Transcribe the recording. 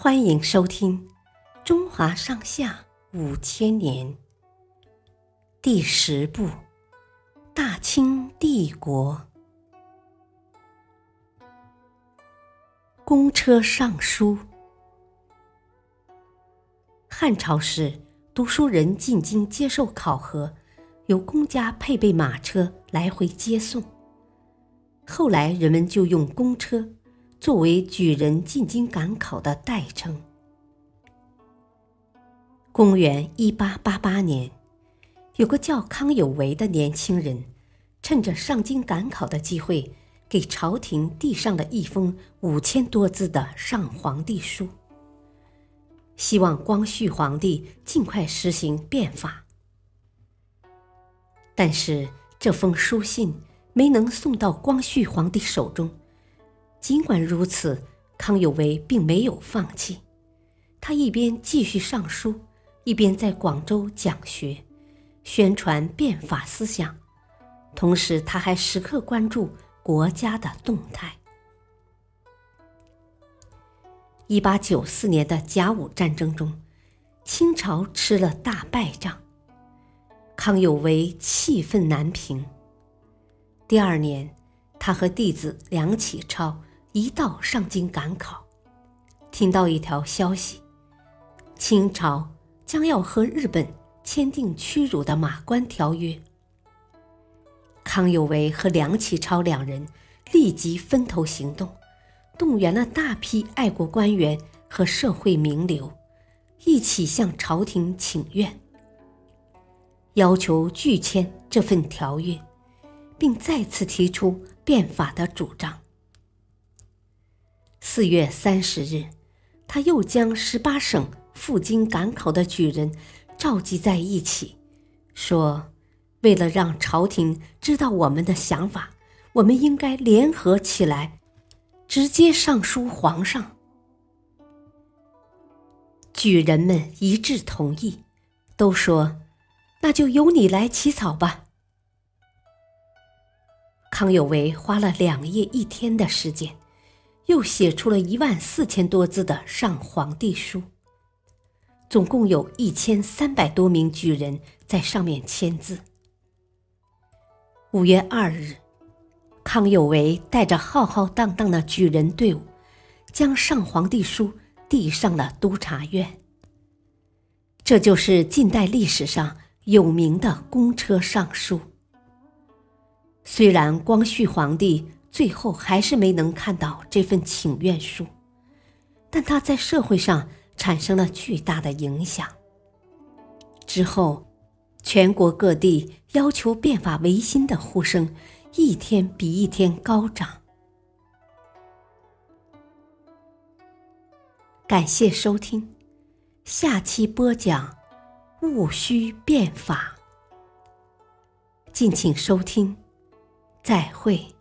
欢迎收听《中华上下5000年》第10部《大清帝国》。公车上书。汉朝时，读书人进京接受考核，由公家配备马车来回接送。后来人们就用公车作为举人进京赶考的代称。公元1888年，有个叫康有为的年轻人，趁着上京赶考的机会，给朝廷递上了一封5000多字的上皇帝书，希望光绪皇帝尽快实行变法。但是这封书信没能送到光绪皇帝手中。尽管如此，康有为并没有放弃，他一边继续上书，一边在广州讲学，宣传变法思想，同时他还时刻关注国家的动态。1894年的甲午战争中，清朝吃了大败仗，康有为气愤难平。第2年，他和弟子梁启超一道上京赶考，听到一条消息，清朝将要和日本签订屈辱的马关条约。康有为和梁启超2人立即分头行动，动员了大批爱国官员和社会名流，一起向朝廷请愿，要求拒签这份条约，并再次提出变法的主张。4月30日，他又将18省赴京赶考的举人召集在一起，说为了让朝廷知道我们的想法，我们应该联合起来，直接上书皇上。举人们一致同意，都说那就由你来起草吧。康有为花了2夜1天的时间，又写出了14000多字的上皇帝书，总共有1300多名举人在上面签字。5月2日，康有为带着浩浩荡荡的举人队伍，将上皇帝书递上了督察院。这就是近代历史上有名的公车上书。虽然光绪皇帝最后还是没能看到这份请愿书，但它在社会上产生了巨大的影响。之后，全国各地要求变法维新的呼声一天比一天高涨。感谢收听，下期播讲戊戌变法。敬请收听，再会。